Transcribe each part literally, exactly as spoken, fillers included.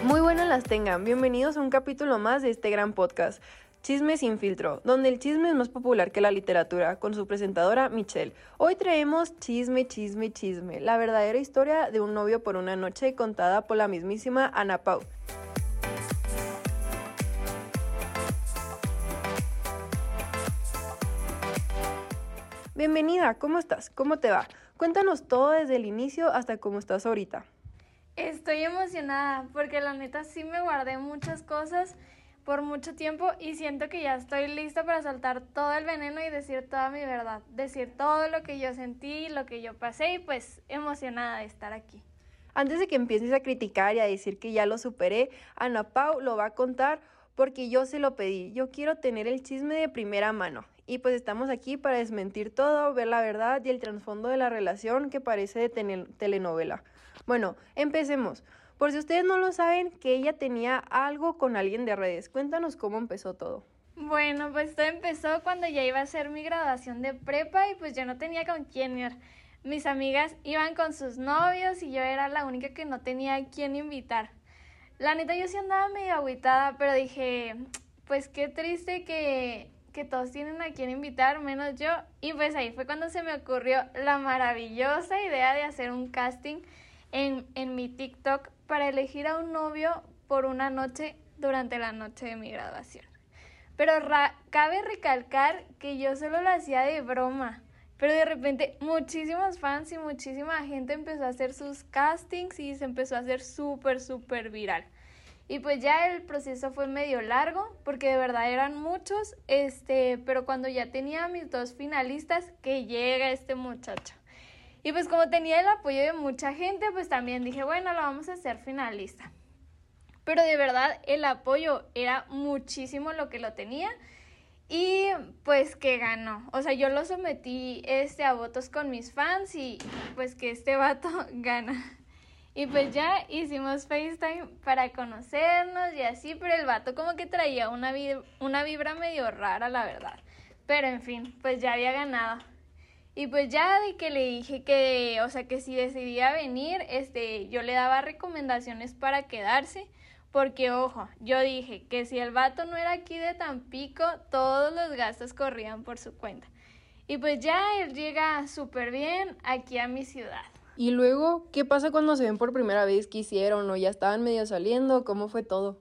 Muy buenas las tengan, bienvenidos a un capítulo más de este gran podcast, Chisme sin filtro, donde el chisme es más popular que la literatura, con su presentadora Michelle. Hoy traemos chisme, chisme, chisme, la verdadera historia de un novio por una noche contada por la mismísima Ana Pau. Bienvenida, ¿cómo estás? ¿Cómo te va? Cuéntanos todo desde el inicio hasta cómo estás ahorita. Estoy emocionada porque la neta sí me guardé muchas cosas por mucho tiempo y siento que ya estoy lista para soltar todo el veneno y decir toda mi verdad, decir todo lo que yo sentí, lo que yo pasé y pues emocionada de estar aquí. Antes de que empieces a criticar y a decir que ya lo superé, Ana Pau lo va a contar porque yo se lo pedí. Yo quiero tener el chisme de primera mano. Y pues estamos aquí para desmentir todo, ver la verdad y el trasfondo de la relación que parece de ten- telenovela. Bueno, empecemos. Por si ustedes no lo saben, que ella tenía algo con alguien de redes. Cuéntanos cómo empezó todo. Bueno, pues todo empezó cuando ya iba a hacer mi graduación de prepa y pues yo no tenía con quién ir. Mis amigas iban con sus novios y yo era la única que no tenía a quién invitar. La neta yo sí andaba medio agüitada, pero dije, pues qué triste que... que todos tienen a quien invitar, menos yo, y pues ahí fue cuando se me ocurrió la maravillosa idea de hacer un casting en, en mi TikTok para elegir a un novio por una noche durante la noche de mi graduación. Pero ra- cabe recalcar que yo solo lo hacía de broma, pero de repente muchísimos fans y muchísima gente empezó a hacer sus castings y se empezó a hacer súper, súper viral. Y pues ya el proceso fue medio largo, porque de verdad eran muchos, este, pero cuando ya tenía a mis dos finalistas, que llega este muchacho. Y pues como tenía el apoyo de mucha gente, pues también dije, bueno, lo vamos a hacer finalista. Pero de verdad el apoyo era muchísimo lo que lo tenía y pues que ganó. O sea, yo lo sometí este, a votos con mis fans y pues que este vato gana. Y pues ya hicimos FaceTime para conocernos y así, pero el vato como que traía una, vib- una vibra medio rara, la verdad. Pero en fin, pues ya había ganado. Y pues ya de que le dije que, o sea, que si decidía venir, este, yo le daba recomendaciones para quedarse. Porque, ojo, yo dije que si el vato no era aquí de Tampico, todos los gastos corrían por su cuenta. Y pues ya él llega súper bien aquí a mi ciudad. Y luego, ¿qué pasa cuando se ven por primera vez? ¿Qué hicieron? ¿O ya estaban medio saliendo? ¿Cómo fue todo?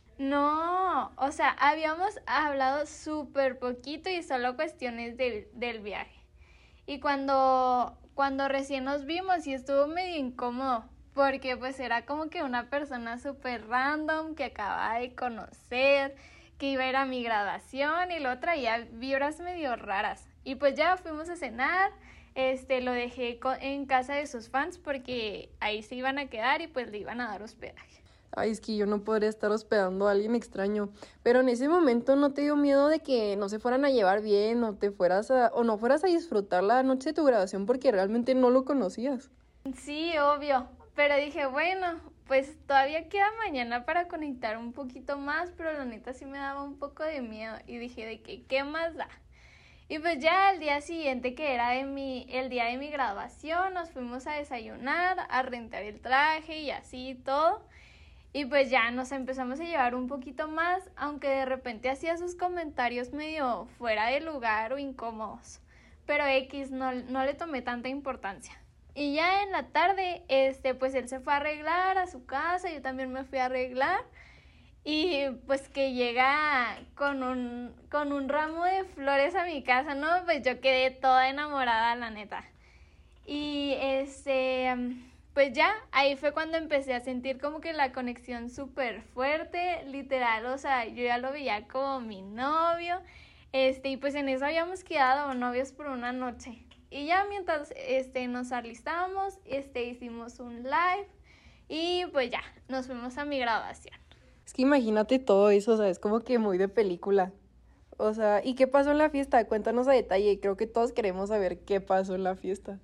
No, o sea, habíamos hablado súper poquito y solo cuestiones del, del viaje. Y cuando, cuando recién nos vimos y estuvo medio incómodo, porque pues era como que una persona súper random que acababa de conocer, que iba a ir a mi graduación y luego traía vibras medio raras. Y pues ya fuimos a cenar, este, lo dejé co- en casa de sus fans porque ahí se iban a quedar y pues le iban a dar hospedaje. Ay, es que yo no podría estar hospedando a alguien extraño. Pero en ese momento, ¿no te dio miedo de que no se fueran a llevar bien o te fueras a, o no fueras a disfrutar la noche de tu graduación porque realmente no lo conocías? Sí, obvio, pero dije, bueno, pues todavía queda mañana para conectar un poquito más, pero la neta sí me daba un poco de miedo y dije de que, ¿qué más da? Y pues ya al día siguiente, que era de mi, el día de mi graduación, nos fuimos a desayunar, a rentar el traje y así todo. Y pues ya nos empezamos a llevar un poquito más, aunque de repente hacía sus comentarios medio fuera de lugar o incómodos. Pero X, no, no le tomé tanta importancia. Y ya en la tarde, este, pues él se fue a arreglar a su casa, yo también me fui a arreglar. Y pues que llega con un, con un ramo de flores a mi casa, ¿no? Pues yo quedé toda enamorada, la neta. Y este, pues ya, ahí fue cuando empecé a sentir como que la conexión súper fuerte, literal, o sea, yo ya lo veía como mi novio, este, y pues en eso habíamos quedado novios por una noche. Y ya mientras este, nos alistábamos, este, hicimos un live y pues ya, nos fuimos a mi graduación. Es que imagínate todo eso, o sea, es como que muy de película. O sea, ¿y qué pasó en la fiesta? Cuéntanos a detalle, creo que todos queremos saber qué pasó en la fiesta.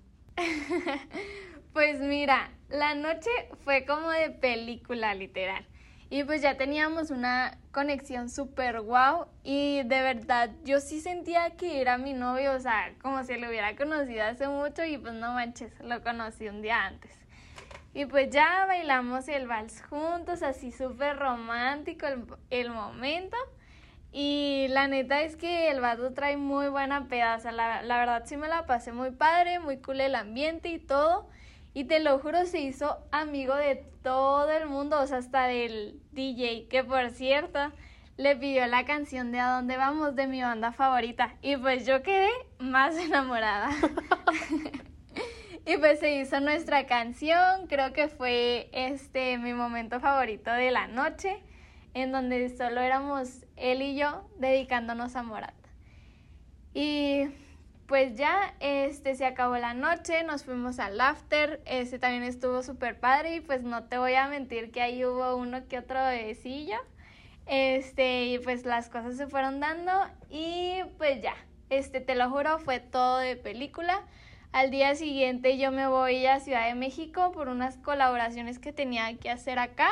Pues mira, la noche fue como de película, literal. Y pues ya teníamos una conexión súper guau. Y de verdad, yo sí sentía que era mi novio, o sea, como si lo hubiera conocido hace mucho. Y pues no manches, lo conocí un día antes. Y pues ya bailamos el vals juntos, así súper romántico el, el momento. Y la neta es que el vato trae muy buena peda, o sea, la, la verdad sí me la pasé muy padre, muy cool el ambiente y todo. Y te lo juro, se hizo amigo de todo el mundo, o sea, hasta del D J, que por cierto, le pidió la canción de A Dónde Vamos de mi banda favorita. Y pues yo quedé más enamorada. Y pues se hizo nuestra canción, creo que fue este mi momento favorito de la noche, en donde solo éramos él y yo dedicándonos a Morat. Y pues ya este, se acabó la noche, nos fuimos al after, este también estuvo súper padre y pues no te voy a mentir que ahí hubo uno que otro besillo, este, y pues las cosas se fueron dando y pues ya, este, te lo juro, fue todo de película. Al día siguiente yo me voy a Ciudad de México por unas colaboraciones que tenía que hacer acá.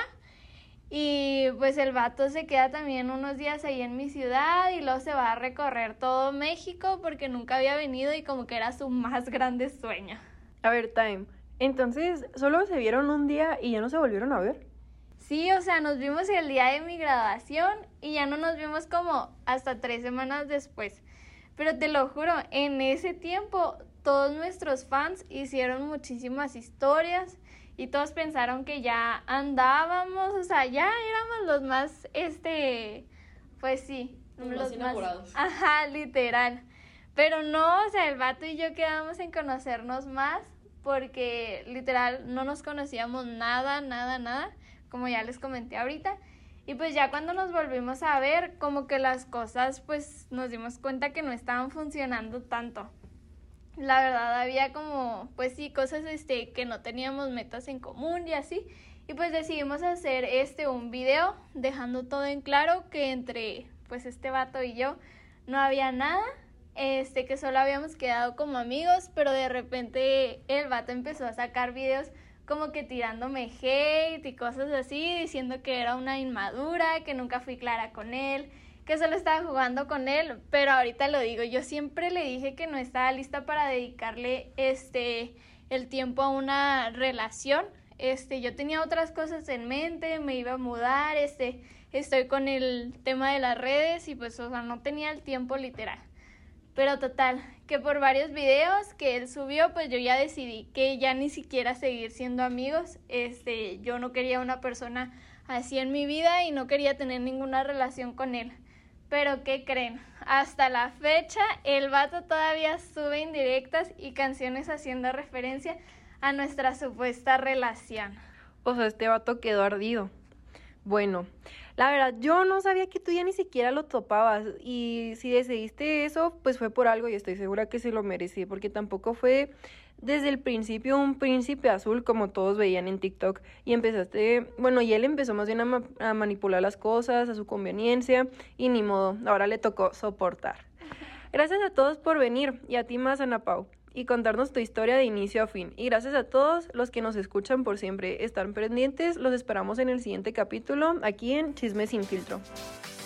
Y pues el vato se queda también unos días ahí en mi ciudad y luego se va a recorrer todo México porque nunca había venido y como que era su más grande sueño. A ver, Time, entonces solo se vieron un día y ya no se volvieron a ver. Sí, o sea, nos vimos el día de mi graduación y ya no nos vimos como hasta tres semanas después. Pero te lo juro, en ese tiempo todos nuestros fans hicieron muchísimas historias y todos pensaron que ya andábamos, o sea, ya éramos los más, este, pues sí. Los, los más enamorados. Más, ajá, literal. Pero no, o sea, el vato y yo quedamos en conocernos más porque literal no nos conocíamos nada, nada, nada, como ya les comenté ahorita. Y pues ya cuando nos volvimos a ver, como que las cosas, pues nos dimos cuenta que no estaban funcionando tanto. La verdad había como, pues sí, cosas este, que no teníamos metas en común y así. Y pues decidimos hacer este un video dejando todo en claro que entre pues este vato y yo no había nada, este que solo habíamos quedado como amigos, pero de repente el vato empezó a sacar videos como que tirándome hate y cosas así, diciendo que era una inmadura, que nunca fui clara con él, que solo estaba jugando con él, pero ahorita lo digo, yo siempre le dije que no estaba lista para dedicarle este el tiempo a una relación. Este, yo tenía otras cosas en mente, me iba a mudar, este, estoy con el tema de las redes y pues, o sea, no tenía el tiempo literal. Pero total, que por varios videos que él subió, pues yo ya decidí que ya ni siquiera seguir siendo amigos. Este, yo no quería una persona así en mi vida y no quería tener ninguna relación con él. Pero ¿qué creen? Hasta la fecha, el vato todavía sube indirectas y canciones haciendo referencia a nuestra supuesta relación. O sea, este vato quedó ardido. Bueno, la verdad, yo no sabía que tú ya ni siquiera lo topabas. Y si decidiste eso, pues fue por algo y estoy segura que se lo merecí. Porque tampoco fue desde el principio un príncipe azul como todos veían en TikTok. Y empezaste, bueno, y él empezó más bien a, ma- a manipular las cosas a su conveniencia. Y ni modo, ahora le tocó soportar. Gracias a todos por venir y a ti más, Ana Pau, y contarnos tu historia de inicio a fin. Y gracias a todos los que nos escuchan por siempre. Están pendientes, los esperamos en el siguiente capítulo aquí en Chisme Sin Filtro.